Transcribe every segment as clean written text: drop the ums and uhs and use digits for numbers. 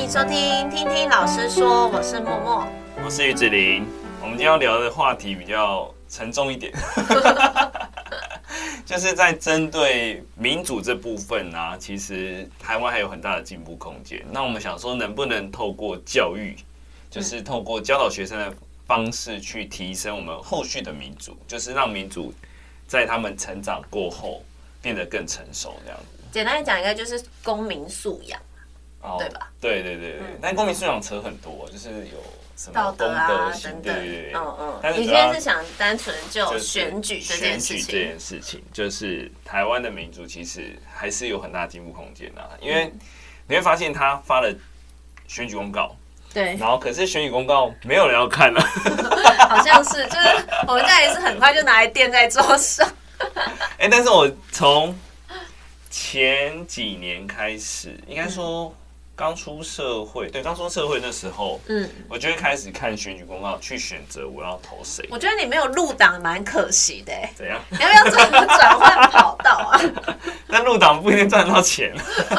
迎收听听听老师说，我是默默， 我是于子琳。我们今天要聊的话题比较沉重一点，就是在针对民主这部分啊，其实台湾还有很大的进步空间。那我们想说，能不能透过教育，就是透过教导学生的方式去提升我们后续的民主，就是让民主在他们成长过后变得更成熟这样子。 简单来讲，应该就是公民素养，对吧？ 对，但公民素养扯很多，就是有什么道德啊公德心， 等等， 对。 但是你今天是想单纯就选举这件事情， 就是台湾的民主其实还是有很大进步空间啊，因为你会发现他发了选举公告， 对， 然后可是选举公告没有人要看啊， 好像是，就是我们家也是很快就拿来垫在桌上。 但是我从前几年开始，应该说刚出社会那时候，我就会开始看选举公告，去选择我要投谁。 我觉得你没有入党蛮可惜的， 怎样？ 你要不要转换跑道啊？ 但入党不一定赚得到钱。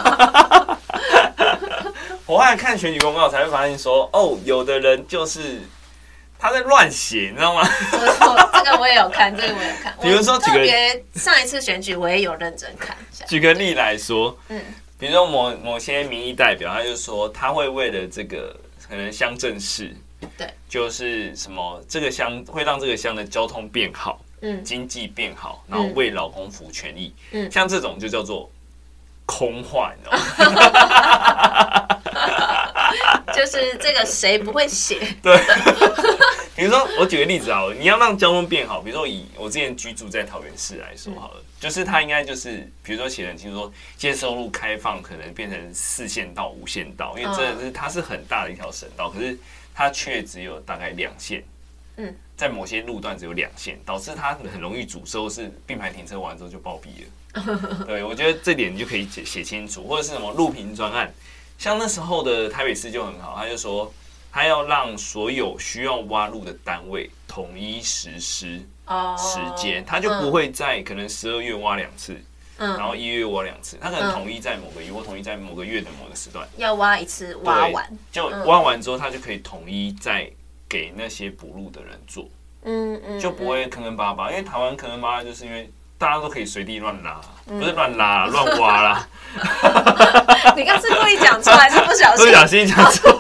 我后来看选举公告才会发现说，有的人就是他在乱写，你知道吗？ 这个我也有看， 比如说， 特别上一次选举我也有认真看一下。 举个例来说，比如说某些民意代表，他就说他会为了这个可能乡镇市， 对， 就是什么这个乡会让这个乡的交通变好，经济变好，然后为劳工服权益，像这种就叫做空话，你知道吗？ 就是这个谁不会写？ 对，比如说我举个例子好了，你要让交通变好，比如说以我之前居住在桃园市来说好了，就是它应该就是比如说写得很清楚说，街收路开放可能变成4线道、5线道，因为真的是它是很大的一条省道，可是它却只有大概2线，在某些路段只有2线，导致它很容易阻塞，是并排停车完之后就暴毙了。对，我觉得这点你就可以写清楚，或者是什么路平专案。像那时候的台北市就很好，他就说他要让所有需要挖路的单位统一实施时间，他就不会在可能12月挖2次，然后1月挖2次，他可能统一在某个月或统一在某个月的某个时段， 要挖一次挖完， 就挖完之后，他就可以统一再给那些补路的人做，就不会坑坑巴巴，因为台湾坑坑巴巴就是因为大家都可以随地乱拉，不是乱拉乱挖啦。 你刚是故意讲出来，是不小心？ 不小心讲错。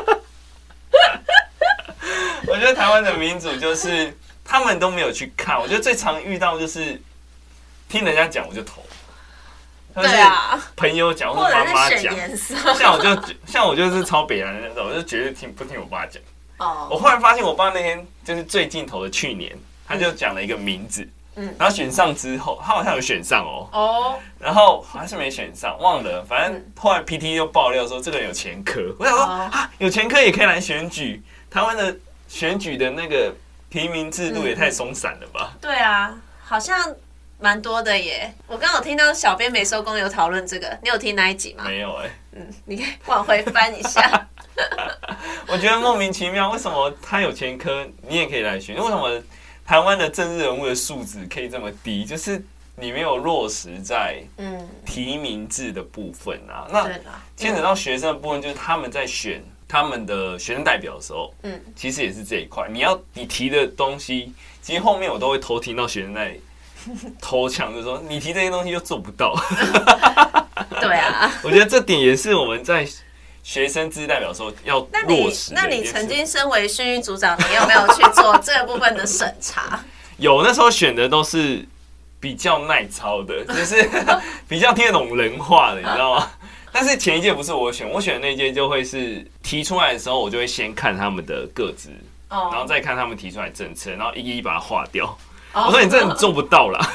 我觉得台湾的民主就是他们都没有去看，我觉得最常遇到就是听人家讲我就投， 对啊， 朋友讲或者妈妈讲，像我就是超北蓝的那种，我就绝对不听我爸讲。我忽然发现我爸那天就是最近投的去年，他就讲了一个名字。然后选上之后，他好像有选上然后好像是没选上，忘了。反正后来 PT 又爆料说这个人有前科，我想说有前科也可以来选举，台湾的选举的那个提名制度也太松散了吧？ 对啊，好像蛮多的耶。我刚好听到小编没收工有讨论这个，你有听那一集吗？ 没有你往回翻一下。 我觉得莫名其妙，为什么他有前科，你也可以来选？为什么？台湾的政治人物的素质可以这么低，就是你没有落实在提名制的部分啊。那牵扯到学生的部分，就是他们在选他们的学生代表的时候，其实也是这一块。你提的东西，其实后面我都会偷听到学生在偷抢，就是说你提这些东西又做不到。 对啊， 我觉得这点也是我们在学生自治代表的时候要落实。 那你曾经身为训育组长，你有没有去做这个部分的审查？ 有，那时候选的都是比较耐操的，就是比较听得懂人话的，你知道吗？但是前一届不是我选的那一届，就会是提出来的时候，我就会先看他们的个资，然后再看他们提出来政策，然后一一把它划掉。我说你这你做不到啦。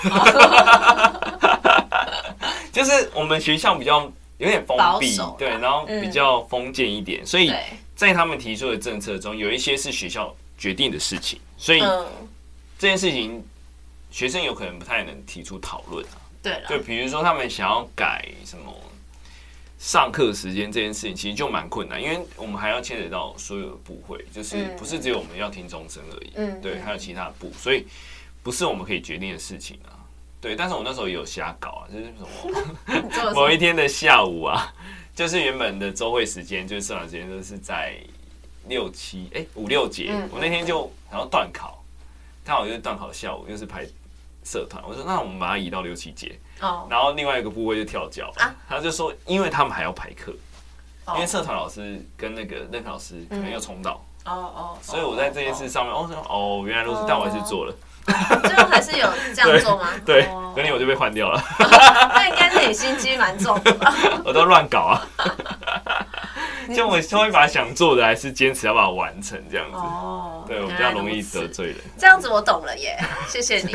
就是我们学校比较有点封闭，对，然后比较封建一点，所以在他们提出的政策中，有一些是学校决定的事情，所以这件事情学生有可能不太能提出讨论啊。 对了， 就比如说他们想要改什么上课时间这件事情，其实就蛮困难，因为我们还要牵扯到所有的部会，就是不是只有我们要听钟声而已，对，还有其他的部，所以不是我们可以决定的事情啊。对，但是我那时候也有瞎搞啊，就是什么某一天的下午啊， 就是原本的周会时间，就是社团时间都是在五六节，我那天就然后断考，刚好就是断考下午，又是排社团，我说那我们把它移到6、7节，然后另外一个部位就跳脚，他就说因为他们还要排课，因为社团老师跟那个任课老师可能要冲到，所以我在这件事上面，原来如此，但我还是做了。 最后还是有这样做吗？ 对，隔天我就被换掉了。 那应该是你心机蛮重的吧？ 我都乱搞啊。就我会把想做的还是坚持要把它完成这样子。对，我比较容易得罪人。 这样子我懂了耶，谢谢你。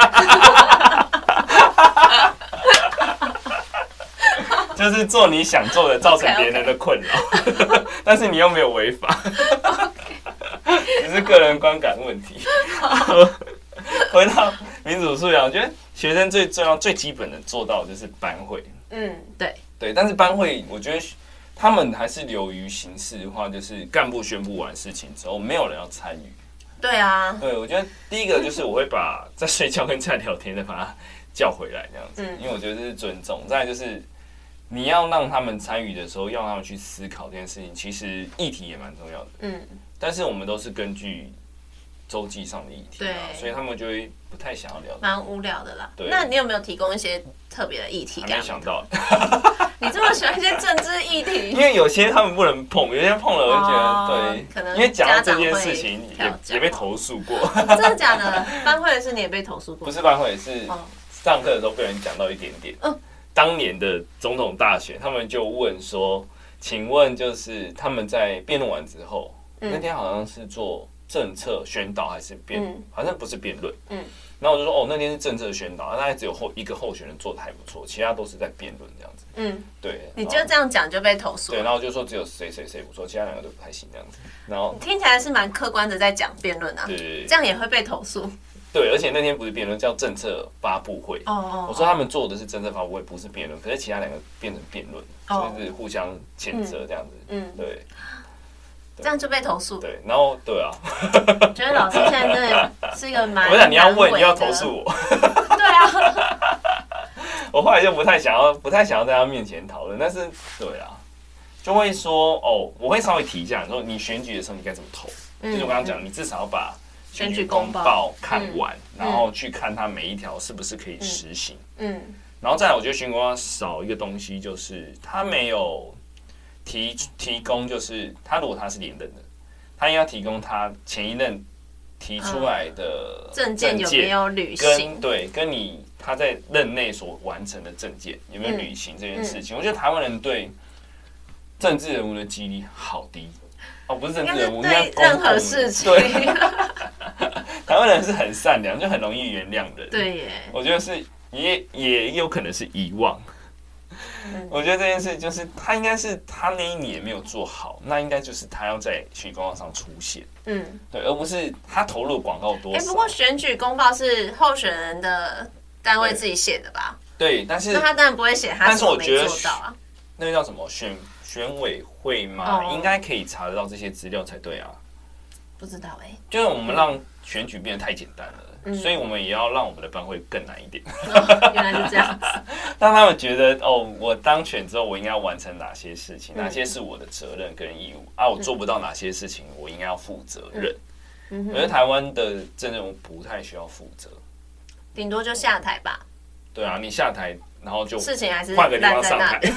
就是做你想做的，造成别人的困扰，但是你又没有违法，只是个人观感问题。回到民主素养，我觉得学生最重要、最基本的做到就是班会。对，但是班会，我觉得他们还是流于形式的话，就是干部宣布完事情之后，没有人要参与。 对啊， 对，我觉得第一个就是我会把在睡觉跟在聊天的把他叫回来这样子，因为我觉得这是尊重。再来就是你要让他们参与的时候，要让他们去思考这件事情，其实议题也蛮重要的。但是我们都是根据周记上的议题，所以他们就会不太想要聊， 蛮无聊的啦。那你有没有提供一些特别的议题？ 还没想到。 你这么喜欢一些政治议题？ 因为有些他们不能碰，有些碰了我就觉得对， 可能因为讲到这件事情也被投诉过。 真的假的？班会的事你也被投诉过？ 不是班会，是上课的时候被人讲到一点点。当年的总统大选，他们就问说：“请问，就是他们在辩论完之后，那天好像是做政策宣导还是好像不是辩论。然后我就说：那天是政策宣导，大概只有一个候选人做的还不错，其他都是在辩论这样子。对。 你就这样讲就被投诉？ 对，然后就说只有谁不错，其他两个都不太行这样子。然后听起来是蛮客观的在讲辩论啊， 对， 这样也会被投诉。 对，而且那天不是辩论，叫政策发布会。我说他们做的是政策发布会，不是辩论，可是其他两个变成辩论，所以是互相谴责这样子。对。 这样就被投诉。 对，然后对啊， 我觉得老师现在真的是一个蛮…… 我想你要问，你要投诉我。 对啊， 我后来就不太想要在他面前讨论，但是对啊，就会说我会稍微提一下，说你选举的时候你该怎么投，就是我刚刚讲，你至少要把选举公报看完，然后去看它每一条是不是可以实行。然后再来，我觉得选举公报少一个东西，就是他没有提供，就是他如果他是连任的，他应该提供他前一任提出来的政见有没有履行， 跟你他在任内所完成的政见有没有履行这件事情。我觉得台湾人对政治人物的记忆力好低不是政治人物，应该任何事情。 对，台湾人是很善良，就很容易原谅人。 对耶， 我觉得是也有可能是遗忘。我觉得这件事就是他应该是他那一年没有做好，那应该就是他要在选举公报上出现，对，而不是他投入广告多少。 不过选举公报是候选人的单位自己写的吧？ 对，但是那他当然不会写他什么没做到啊。 那个叫什么选委会吗？应该可以查得到这些资料才对啊。 不知道就是我们让选举变得太简单了，所以我们也要让我们的班会更难一点。 原来是这样子， 让他们觉得我当选之后我应该要完成哪些事情，哪些是我的责任跟义务我做不到哪些事情我应该要负责任。我觉得台湾的政治人物不太需要负责， 顶多就下台吧。 对啊，你下台然后就事情还是换个地方上台。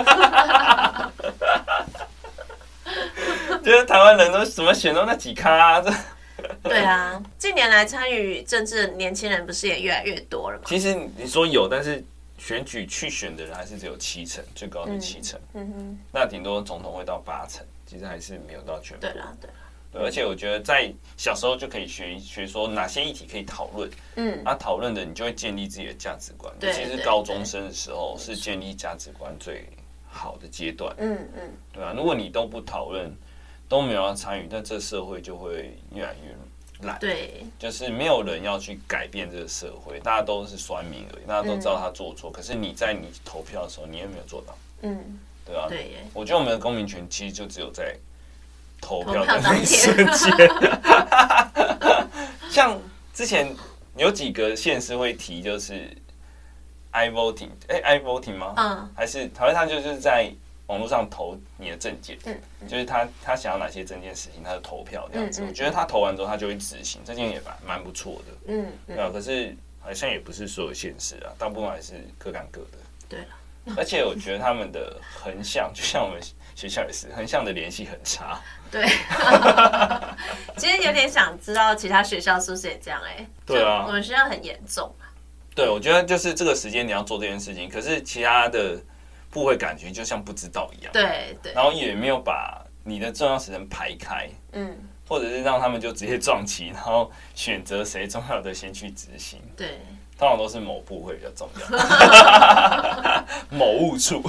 觉得台湾人都怎么选到那几咖对啊，近年来参与政治的年轻人不是也越来越多了吗？ 其实你说有，但是选举去选的人还是只有70%，最高是70%。那顶多总统会到80%，其实还是没有到全部。 对啦， 对，而且我觉得在小时候就可以学说哪些议题可以讨论，讨论的你就会建立自己的价值观。尤其是高中生的时候，是建立价值观最好的阶段。对啊，如果你都不讨论，都没有要参与，那这社会就会越来越烂。 对， 就是没有人要去改变这个社会，大家都是酸民而已，大家都知道他做错，可是你在你投票的时候，你也没有做到。对啊， 对耶。 我觉得我们的公民权其实就只有在投票的那一瞬间。像之前有几个县市会提，就是 i voting， i voting 吗？还是台湾他就是在网络上投你的证件，就是他想要哪些证件实行他的投票这样子。我觉得他投完之后他就会执行，这件也蛮不错的。对啊，可是好像也不是所有县市啊，大部分还是各干各的。 对了。 而且我觉得他们的横向，就像我们学校也是，横向的联系很差。 对，其实有点想知道其他学校是不是也这样对啊， 我们学校很严重。 对，我觉得就是这个时间你要做这件事情，可是其他的部会感觉就像不知道一样。 对。 然后也没有把你的重要时程排开，或者是让他们就直接撞期，然后选择谁重要的先去执行。 对。 通常都是某部会比较重要，某务处。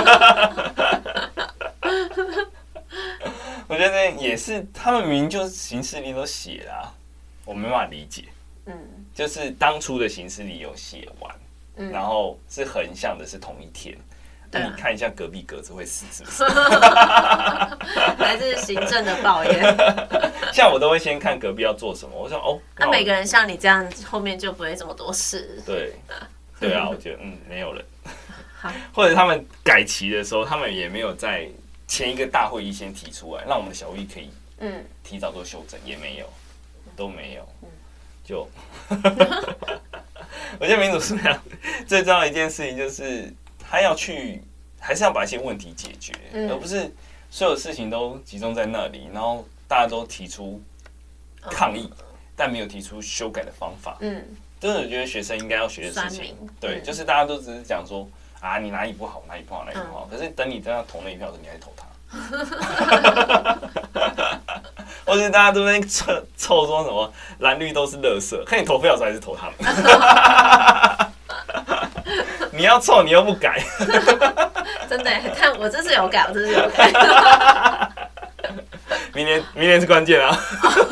我觉得也是，他们明明就是行事历都写啦，我没办法理解。就是当初的行事历有写完，然后是横向的，是同一天。那你看一下隔壁格子会死是不是？ 来自行政的抱怨。 像我都会先看隔壁要做什么，我说哦， 那每个人像你这样，后面就不会这么多事。 对啊，我觉得没有人。或者他们改期的时候，他们也没有在前一个大会议先提出来，让我们的小会议可以提早做修正，也没有，都没有。就我觉得民主素养最重要的一件事情就是他要去，还是要把一些问题解决，而不是所有事情都集中在那里，然后大家都提出抗议，但没有提出修改的方法。这是我觉得学生应该要学的事情。对，就是大家都只是讲说啊，你哪里不好，哪里不好，哪里不好。可是等你真的投那一票的时候，你还是投他。或者大家都在凑说什么蓝绿都是垃圾，看你投票的时候还是投他们。你要凑，你又不改。 真的，但我这次有改，我这次有改。 明年是关键啊！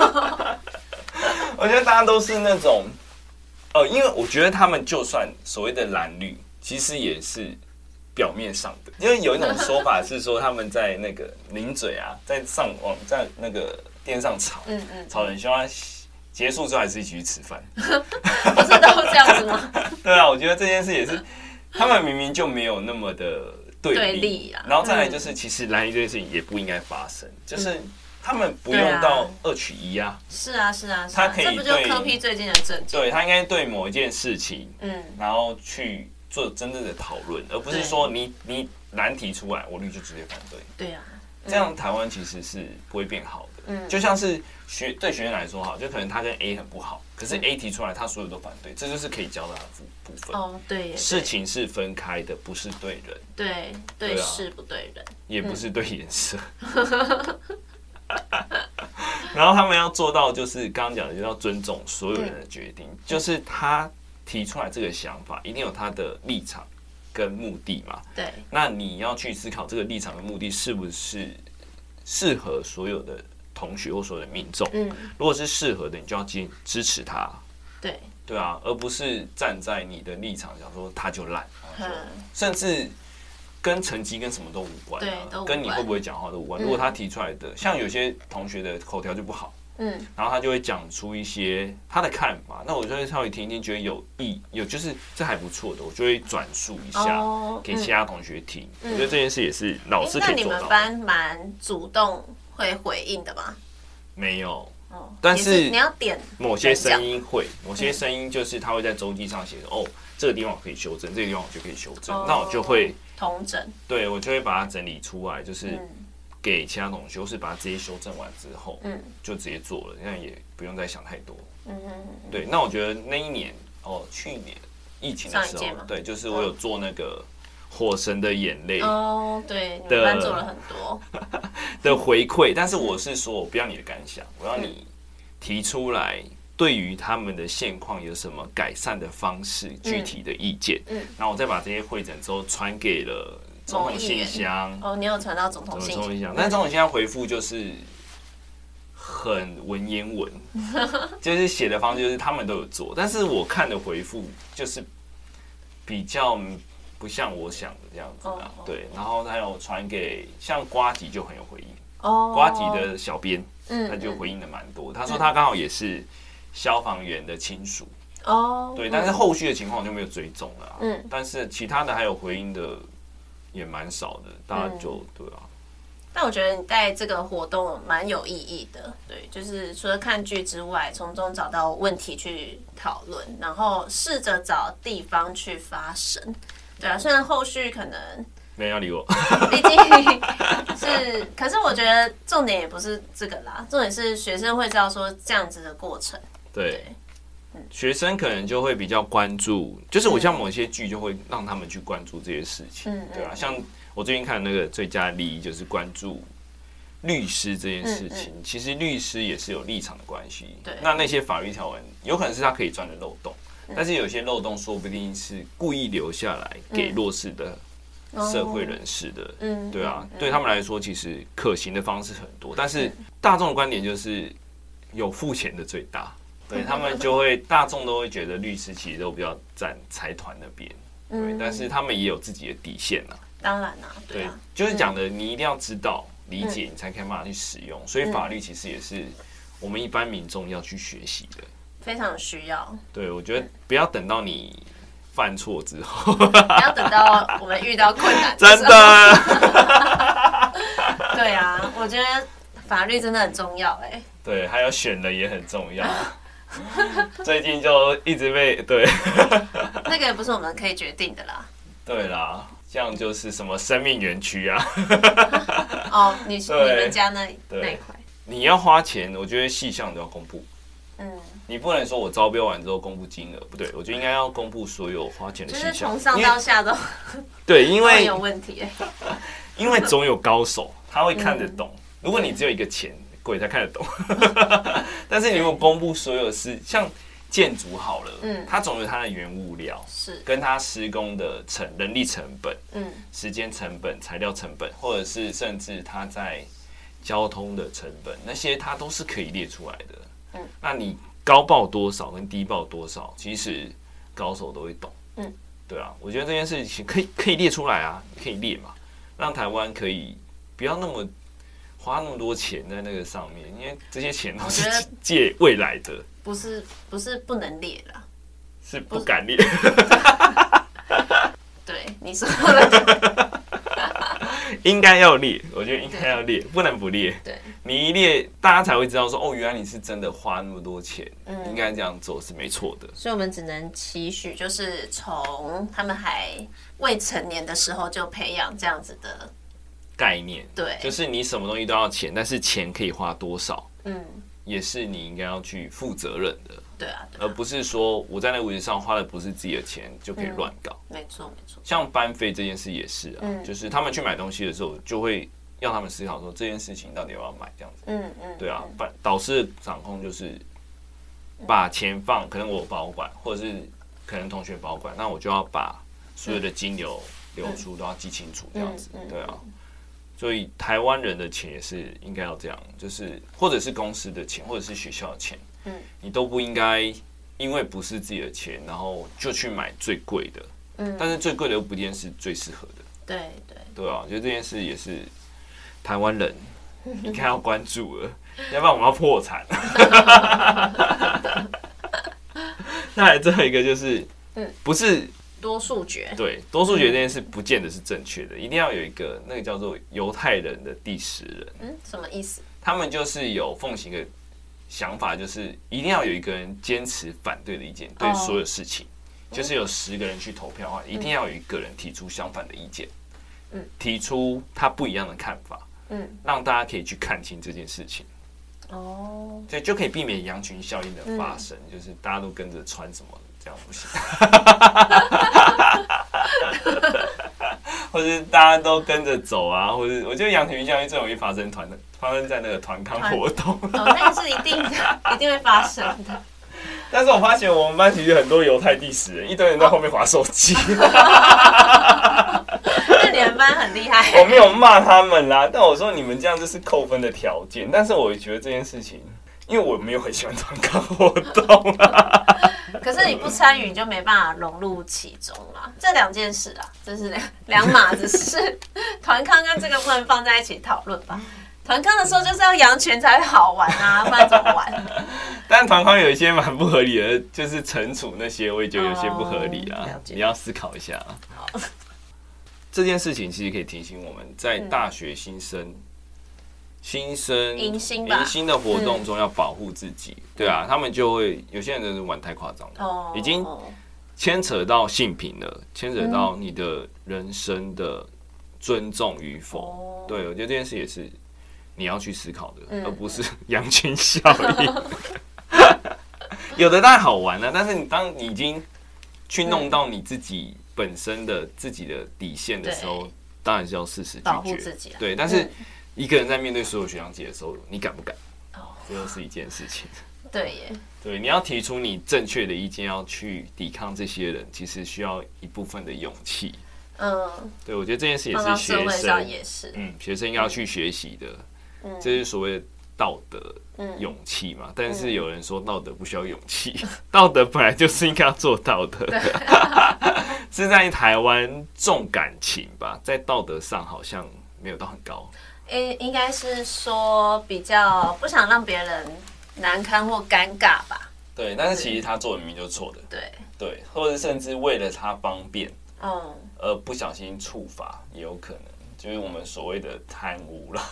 我觉得大家都是那种，因为我觉得他们就算所谓的蓝绿，其实也是表面上的，因为有一种说法是说他们在那个零嘴啊，在那个电上吵，吵人希望结束之后还是一起去吃饭， 不是都这样子吗？ 对啊，我觉得这件事也是，他们明明就没有那么的对立啊，然后再来就是，其实蓝绿这件事情也不应该发生，就是他们不用到2取1啊。 是啊， 他可以这不就柯 P 最近的政见？ 对，他应该对某一件事情，然后去做真正的讨论，而不是说你蓝提出来，我绿就直接反对。 对啊， 这样台湾其实是不会变好的。就像是对学生来说哈，就可能他跟 A 很不好，可是 A 提出来，他所有都反对，这就是可以教他的部分。 哦，对， 事情是分开的，不是对人。 对事不对人， 也不是对颜色。然后他们要做到，就是刚刚讲的，就要尊重所有人的决定，就是他提出来这个想法，一定有他的立场跟目的嘛。 对， 那你要去思考这个立场跟目的是不是适合所有的同学或所有的民众。如果是适合的，你就要支持他。对啊，而不是站在你的立场讲说他就烂，甚至跟成绩跟什么都无关啊，跟你会不会讲话都无关。如果他提出来的，像有些同学的口条就不好，然后他就会讲出一些他的看法，那我就会稍微听一听，觉得有就是这还不错的，我就会转述一下给其他同学听。我觉得这件事也是老师可以做到的。那你们班蛮主动会回应的吗？ 没有。但是你要点某些声音会，某些声音就是他会在周记上写哦，这个地方我可以修正，这个地方我就可以修正，那我就会统整，对我就会把它整理出来，就是给其他同学，或是把它直接修正完之后，就直接做了，那也不用再想太多。对，那我觉得那一年去年疫情的时候，对，就是我有做那个火神的眼泪对，你们班做了很多的回馈，但是我是说，我不要你的感想，我要你提出来对于他们的现况有什么改善的方式、具体的意见，然后我再把这些汇整之后传给了总统信箱。 你有传到总统信箱？ 但总统信箱回复就是很文言文，就是写的方式就是他们都有做，但是我看的回复就是比较不像我想的这样子啊。对，然后他有传给像呱吉就很有回应，呱吉的小编他就回应的蛮多，他说他刚好也是消防员的亲属对，但是后续的情况我就没有追踪了但是其他的还有回应的也蛮少的，大家就对啊。 但我觉得你带这个活动蛮有意义的，对，就是除了看剧之外，从中找到问题去讨论，然后试着找地方去发声，对啊，虽然后续可能没人要理我， 毕竟是，可是我觉得重点也不是这个啦，重点是学生会知道说这样子的过程， 对。学生可能就会比较关注，就是我像某些剧就会让他们去关注这些事情，对啊，像我最近看那个最佳利益，就是关注律师这件事情。其实律师也是有立场的关系，那些法律条文有可能是他可以钻的漏洞，但是有些漏洞说不定是故意留下来给弱势的社会人士的，对啊，对他们来说其实可行的方式很多，但是大众的观点就是有付钱的最大。对他们就会，大众都会觉得律师其实都比较站财团那边，对，但是他们也有自己的底线呐。 当然啦，对啊， 就是讲的，你一定要知道、理解，你才可以办法去使用。所以法律其实也是我们一般民众要去学习的， 非常需要。 对，我觉得不要等到你犯错之后， 不要等到我们遇到困难， 真的。 对啊，我觉得法律真的很重要， 对，还有选人也很重要。最近就一直被对， 那个也不是我们可以决定的啦。 对啦，这样就是什么生命园区啊。 哦，你们家那一块， 你要花钱，我觉得细项都要公布。你不能说我招标完之后公布金额，不对，我觉得应该要公布所有花钱的细项， 就是从上到下都对，因为有问题。 因为总有高手，他会看得懂。如果你只有一个钱。鬼才看得懂，但是你如果公布所有事，像建筑好了，它总有它的原物料， 是跟它施工的人力成本，时间成本、材料成本，或者是甚至它在交通的成本，那些它都是可以列出来的。那你高报多少跟低报多少，其实高手都会懂。对啊，我觉得这件事情可以列出来啊，可以列嘛，让台湾可以不要那么。花那么多钱在那个上面，因为这些钱都是借未来的， 不是不能列啦， 是不敢列。 对，你说的， 应该要列，我觉得应该要列，不能不列。 对， 你一列，大家才会知道说，哦，原来你是真的花那么多钱，应该这样做是没错的。 所以我们只能期许，就是从他们还未成年的时候就培养这样子的。 概念对， 就是你什么东西都要钱，但是钱可以花多少，也是你应该要去负责任的， 对啊， 而不是说我在那个位置上花的不是自己的钱就可以乱搞， 没错。 像班费这件事也是啊，就是他们去买东西的时候，就会要他们思考说这件事情到底要不要买这样子，对啊，导师的掌控就是把钱放，可能我保管，或者是可能同学保管，那我就要把所有的金流流出都要记清楚这样子，对啊。所以台湾人的钱也是应该要这样，就是或者是公司的钱，或者是学校的钱，你都不应该因为不是自己的钱，然后就去买最贵的，但是最贵的又不一定是最适合的，对啊，我觉得这件事也是台湾人应该要关注了，要不然我们要破产。那还最后一个就是，不是。 多数决对多数决这件事不见得是正确的，一定要有一个那个叫做犹太人的第10人。 什么意思？ 他们就是有奉行一个想法，就是一定要有一个人坚持反对的意见，对所有事情，就是有10个人去投票的话，一定要有一个人提出相反的意见，提出他不一样的看法，让大家可以去看清这件事情。所以就可以避免羊群效应的发生，就是大家都跟着穿什么。这样不行，或是大家都跟着走啊，或者我觉得羊群效应最容易发生在那个团康活动， 那个是一定会发生的。 但是我发现我们班其实很多犹太第10人，一堆人在后面滑手机。 那你们班很厉害。 我没有骂他们啦，但我说你们这样就是扣分的条件。但是我觉得这件事情，因为我没有很喜欢团康活动啊。 可是你不参与，你就没办法融入其中啦。这2件事啊，这是两码子事。团康跟这个不能放在一起讨论吧？团康的时候就是要羊群才会好玩啊，不然怎么玩？ 但团康有一些蛮不合理的，就是惩处那些，我也觉得有些不合理啊。你要思考一下。 这件事情其实可以提醒我们在大学新生迎新的活动中要保护自己。对啊，他们就会有些人真的玩太夸张了，已经牵扯到性平了，牵扯到你的人生的尊重与否。对，我觉得这件事也是你要去思考的，而不是羊群效应。有的当然好玩了，但是当你已经去弄到你自己本身的自己的底线的时候，当然是要适时拒绝， 保护自己。 对，但是一个人在面对所有学长姐的时候，你敢不敢？这又是一件事情。 对耶， 对，你要提出你正确的意见，要去抵抗这些人，其实需要一部分的勇气。对，我觉得这件事也是学生，学生应该要去学习的。这是所谓的道德勇气嘛。但是有人说道德不需要勇气，道德本来就是应该要做到的。是在台湾重感情吧，在道德上好像没有到很高。 应该是说比较不想让别人难堪或尴尬吧。 对，但是其实他做的明明就是错的。对，或者甚至为了他方便，而不小心触法也有可能，就是我们所谓的贪污啦。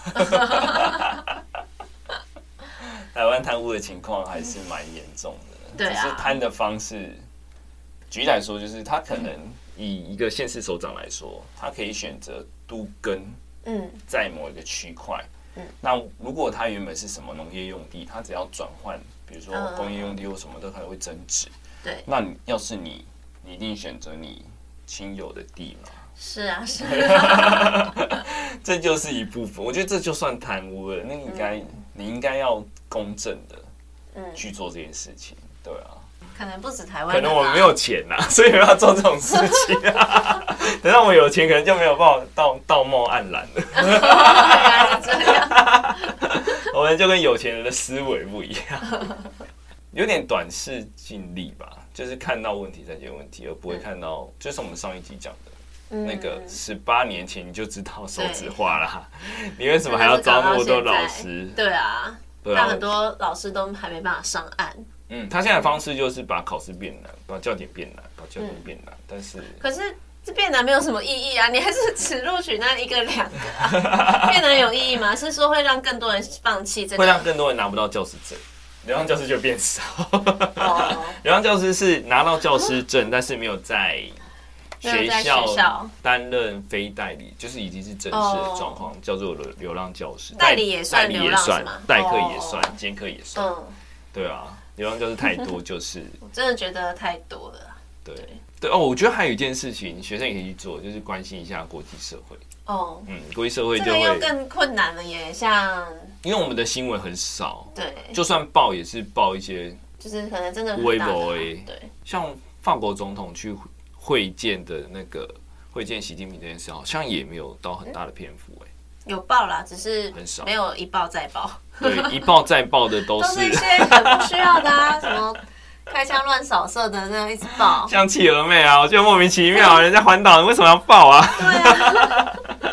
台湾贪污的情况还是蛮严重的，只是贪的方式，举例来说，就是他可能以一个县市首长来说，他可以选择都更，在某一个区块。那如果他原本是什么农业用地，他只要转换，比如说工业用地或什么都可能会增值。对，那要是你一定选择你亲友的地吗？ 是啊， 这就是一部分。我觉得这就算贪污了。那你应该要公正的去做这件事情，对啊。 可能不止台湾， 可能我们没有钱呐，所以没有要做这种事情啊。等到我有钱，可能就没有办法道貌岸然了。 原来是这样， 我们就跟有钱人的思维不一样，有点短视近利吧，就是看到问题再解决问题，而不会看到，就是我们上一集讲的。那个18年前你就知道手指画啦，你为什么还要招那么多老师？ 对啊，但很多老师都还没办法上岸。 他现在的方式就是把考试变难，把教检变难，但是可是这变难没有什么意义啊，你还是只录取那1个2个啊，变难有意义吗？是说会让更多人放弃这个， 会让更多人拿不到教师证，流浪教师就变少。流浪教师是拿到教师证，但是没有在学校担任非代理，就是已经是正式的状况，叫做流浪教师。 代理也算流浪是吗？ 代课也算，兼课也算。对啊，流浪教师太多，就是我真的觉得太多了。 对哦，我觉得还有一件事情，学生也可以去做，就是关心一下国际社会。国际社会就会这个又更困难了耶，像因为我们的新闻很少， 对， 就算报也是报一些， 就是可能真的微博对， 像法国总统去会见习近平这件事，好像也没有到很大的篇幅有报啦，只是很少， 没有一报再报。 对，一报再报的都是一些很不需要的啊，什么开枪乱扫射的那样一直报， 像企鹅妹啊，我觉得莫名其妙，人家环岛为什么要报啊？ 对啊，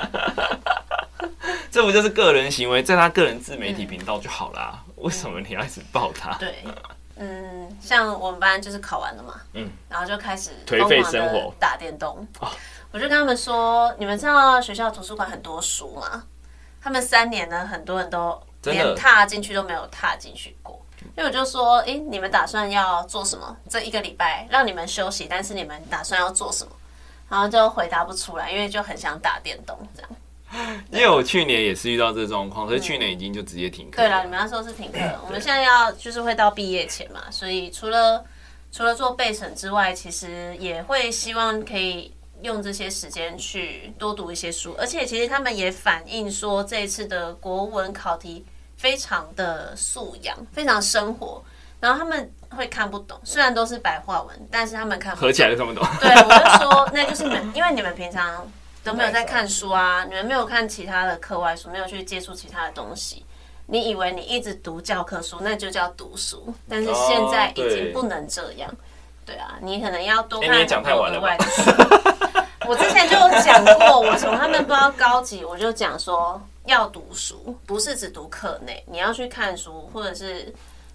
这不就是个人行为，在他个人自媒体频道就好啦，为什么你要一直报他？ 对。像我们班就是考完了嘛，然后就开始颓废生活， 打电动。我就跟他们说，你们知道学校图书馆很多书吗？他们3年呢，很多人都连踏进去都没有踏进去过。所以我就说，你们打算要做什么？这1个礼拜让你们休息，但是你们打算要做什么？然后就回答不出来，因为就很想打电动这样。 因为我去年也是遇到这状况，可是去年已经就直接停课。 对啦，你们那时候是停课，我们现在要就是会到毕业前嘛，所以除了做备审之外，其实也会希望可以用这些时间去多读一些书，而且其实他们也反映说这一次的国文考题非常的素养，非常生活，然后他们会看不懂，虽然都是白话文，但是他们看不懂， 合起来就看不懂。 对，我就说那就是因为你们平常都没有在看书啊，你们没有看其他的课外书，没有去接触其他的东西，你以为你一直读教科书那就叫读书，但是现在已经不能这样。对啊，你可能要多看很多额外的书。我之前就有讲过，我从他们不知道高级，我就讲说要读书，不是只读课内，你要去看书，或者是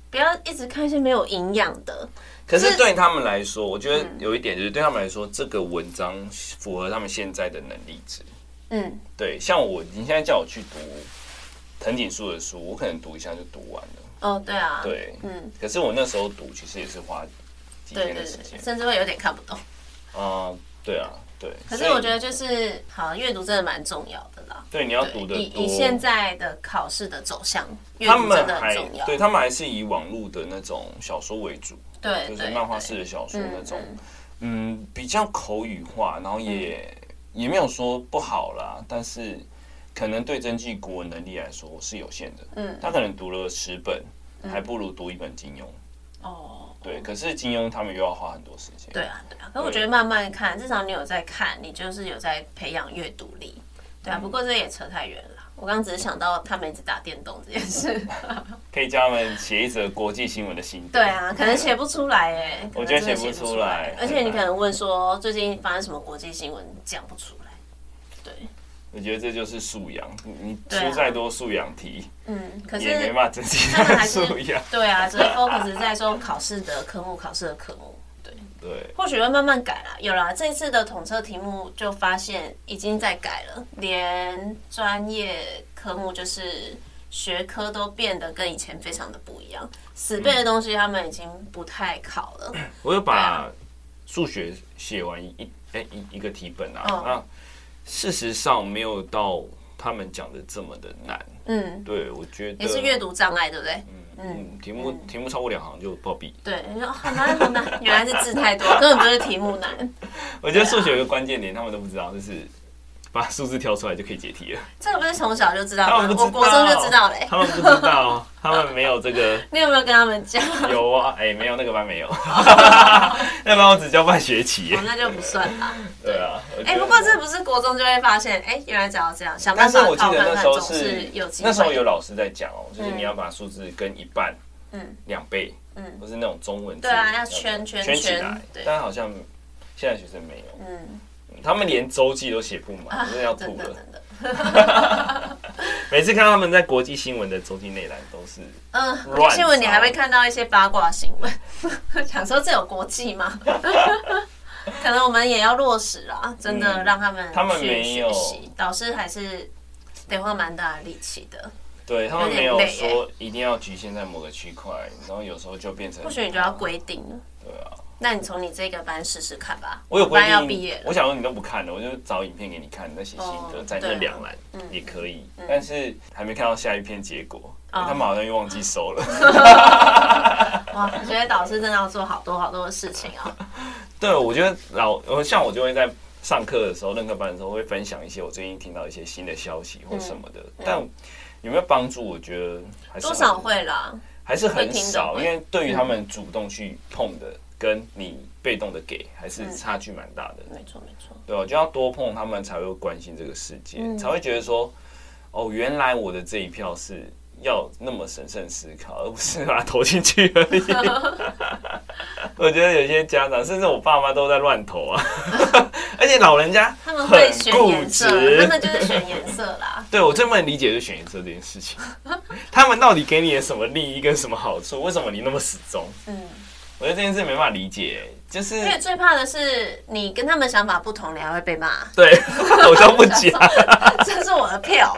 不要一直看一些没有营养的。 可是对他们来说，我觉得有一点就是对他们来说，这个文章符合他们现在的能力值。对，像你现在叫我去读藤井树的书，我可能读一下就读完了。 哦，对啊， 对，可是我那时候读其实也是花几天的时间， 甚至会有点看不懂。 对啊，对。 可是我觉得就是好，阅读真的蛮重要的啦。 对，你要读的多。 以现在的考试的走向，阅读真的很重要。 对，他们还是以网络的那种小说为主， 对， 就是漫画式的小说那种，比较口语化，然后也没有说不好啦，但是可能对真纪国文能力来说是有限的。他可能读了10本，还不如读一本金庸。对，可是金庸他们又要花很多时间。 对啊。可我觉得慢慢看，至少你有在看，你就是有在培养阅读力。对啊，不过这也扯太远了。我刚刚只是想到他们一直打电动这件事， 可以叫他们写一则国际新闻的心得。 对啊，可能写不出来哎， 我觉得写不出来。 而且你可能问说最近发生什么国际新闻，讲不出来。对， 我觉得这就是素养，你出再多素养题， 可是也没办法增进他们还是素养。 对啊，只是 focus 在说考试的科目。 对， 或许会慢慢改啦。有啦，这一次的统测题目就发现已经在改了，连专业科目就是学科都变得跟以前非常的不一样，死背的东西他们已经不太考了。 我有把数学写完一个题本啊，那事实上没有到他们讲的这么的难。对，我觉得也是阅读障碍，对不对？ 题目超过2行就暴毙。 对，你说好难好难，原来是字太多，根本不是题目难。 我觉得数学有个关键点，他们都不知道，就是把数字挑出来就可以解题了。 这个不是从小就知道吗？ 他们不知道， 我国中就知道嘞。 他们不知道，他们没有这个。 你有没有跟他们讲？ 有啊，没有，那个班没有。那班我只教半学期。 那就不算啦。 对啊。 不过这不是国中就会发现，原来只要这样，想办法考看看总是有机会。 那时候有老师在讲就是你要把数字跟一半、2倍，或是那种中文字， 对啊，要圈起来。 但好像现在学生没有，他们连周记都写不满，真的要吐了。每次看到他们在国际新闻的周记内栏都是国际新闻，你还会看到一些八卦新闻，想说这有国际吗？可能我们也要落实啦，真的让他们去学习，导师还是得花蛮大的力气的。 对，他们没有说一定要局限在某个区块，然后有时候就变成， 或许你就要规定了。 对啊， 那你从你这个班试试看吧。 我有规定要毕业了， 我想说你都不看了，我就找影片给你看，再写心得，在这2栏也可以。但是还没看到下一篇结果，他们好像又忘记收了。 哇，我觉得导师真的要做好多好多的事情啊。 对，我觉得像我就会在上课的时候，任课班的时候会分享一些我最近听到一些新的消息或什么的，但有没有帮助？我觉得还是多少会啦， 还是很少，因为对于他们主动去碰的，跟你被动的给，还是差距蛮大的。 没错。 对，我就要多碰，他们才会关心这个世界，才会觉得说，原来我的这一票是要那么审慎思考，而不是把它投进去而已。我觉得有些家长，甚至我爸妈都在乱投啊，而且老人家他们会选颜色，他们就是选颜色啦。 对，我最不能理解就是选颜色这件事情，他们到底给你的什么利益跟什么好处？为什么你那么死忠？我觉得这件事没办法理解，就是因为最怕的是你跟他们想法不同，你还会被骂。 对，我都不讲， 这是我的票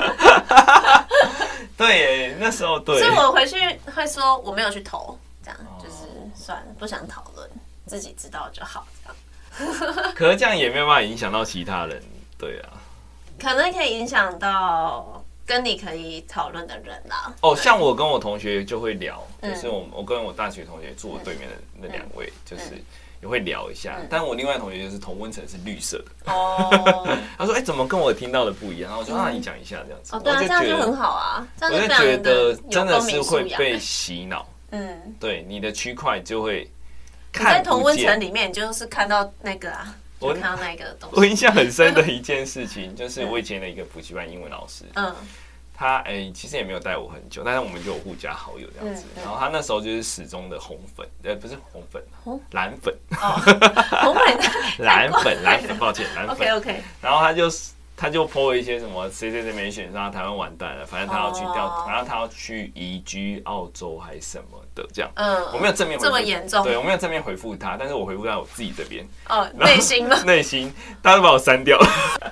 对耶，那时候对， 所以我回去会说我没有去投，这样就是算了，不想讨论，自己知道就好。这样， 可是这样也没有办法影响到其他人，对啊， 可能可以影响到跟你可以讨论的人啦。 像我跟我同学就会聊，就是我跟我大学同学住我对面的那2位，就是也会聊一下。但我另外同学就是同温层是绿色的，他说怎么跟我听到的不一样？然后我说那你讲一下这样子。 对啊，这样就很好啊。 我就觉得真的是会被洗脑。对，你的区块就会看不见。 在同温层里面，你就是看到那个啊。我看到那个东西， 我印象很深的一件事情，就是我以前的一个补习班英文老师，他其实也没有带我很久，但是我们就有互加好友这样子。然后他那时候就是始终的红粉，不是红粉，蓝粉， 红粉， 蓝粉，抱歉，蓝粉。 OK。 然后他就他就 po 了一些什么谁谁谁没选上，台湾完蛋了，反正他要去然后他要去移居澳洲还是什么的这样。我没有正面回复， 这么严重？ 对，我没有正面回复他，但是我回复在我自己这边。 内心吗？ 内心，大家都把我删掉了。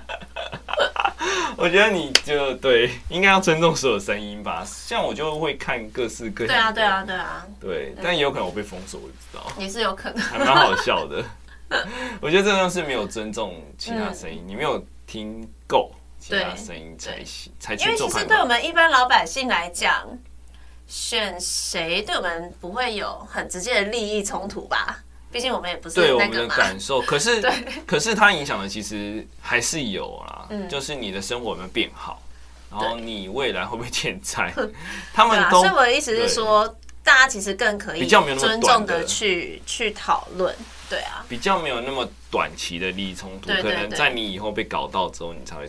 我觉得你就对，应该要尊重所有声音吧。像我就会看各式各样的。对，但也有可能我被封锁，我也不知道。 也是有可能， 还蛮好笑的。我觉得这就是没有尊重其他声音，你没有听够其他声音才去做判断。因为其实对我们一般老百姓来讲，选谁对我们不会有很直接的利益冲突吧？毕竟我们也不是对我那个嘛。 们的感受，可是它影响的其实还是有啦，就是你的生活有没有变好，然后你未来会不会欠债，他们都。 所以我的意思是说，大家其实更可以尊重的去讨论。对啊， 比较没有那么短期的利益冲突，可能在你以后被搞到之后，你才会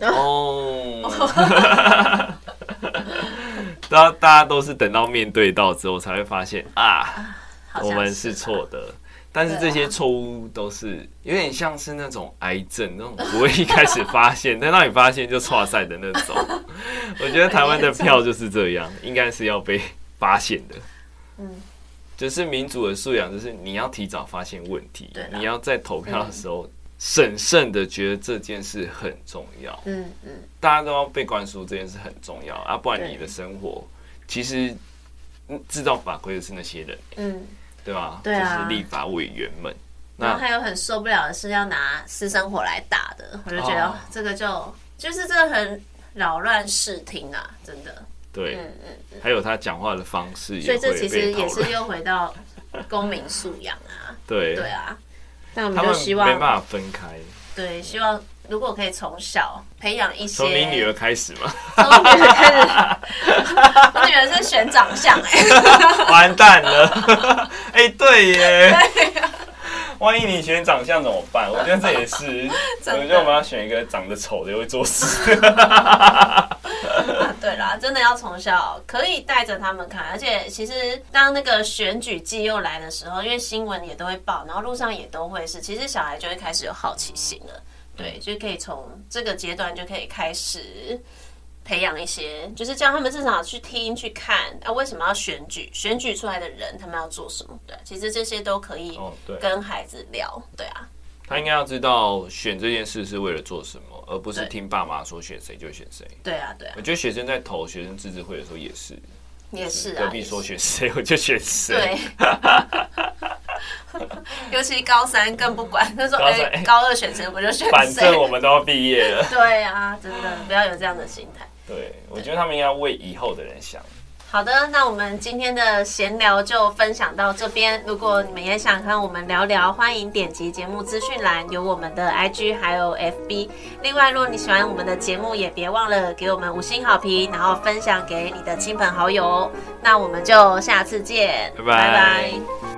大家都是等到面对到之后才会发现我们是错的。但是这些错误都是有点像是那种癌症，那种不会一开始发现，但当你发现就挫赛的那种。我觉得台湾的票就是这样，应该是要被发现的。就是民主的素养，就是你要提早发现问题，你要在投票的时候审慎的觉得这件事很重要。大家都要被灌输这件事很重要啊，不然你的生活其实制造法规的是那些人，对吧？对啊，就是立法委员们。 然后还有很受不了的是要拿私生活来打的，我就觉得这个就是这个很扰乱视听啊，真的。 对，还有他讲话的方式， 所以这其实也是又回到公民素养啊。 对啊，但我们就希望没办法分开。对， 希望如果可以从小培养一些， 从你女儿开始嘛。 从女儿开始，我女儿是选长相完蛋了。对耶。万一你选长相怎么办？我觉得这也是，我觉得我们要选一个长得丑的又会做事。 对啦，真的要从小可以带着他们看，而且其实当那个选举季又来的时候，因为新闻也都会报，然后路上也都会是，其实小孩就会开始有好奇心了。对，就可以从这个阶段就可以开始培养一些，就是叫他们至少去听去看为什么要选举，选举出来的人他们要做什么。对，其实这些都可以跟孩子聊。对啊， 他应该要知道选这件事是为了做什么，而不是听爸妈说选谁就选谁。 对啊。我觉得学生在投学生自治会的时候也是啊， 隔壁说选谁我就选谁。 对。尤其高3更不管，他说高2选谁我就选谁， 反正我们都要毕业了。 对啊，真的不要有这样的心态。 对，我觉得他们应该为以后的人想。 好的，那我们今天的闲聊就分享到这边。如果你们也想和我们聊聊，欢迎点击节目资讯栏，有我们的 IG 还有 FB。另外，如果你喜欢我们的节目，也别忘了给我们5星好评，然后分享给你的亲朋好友。那我们就下次见，拜拜。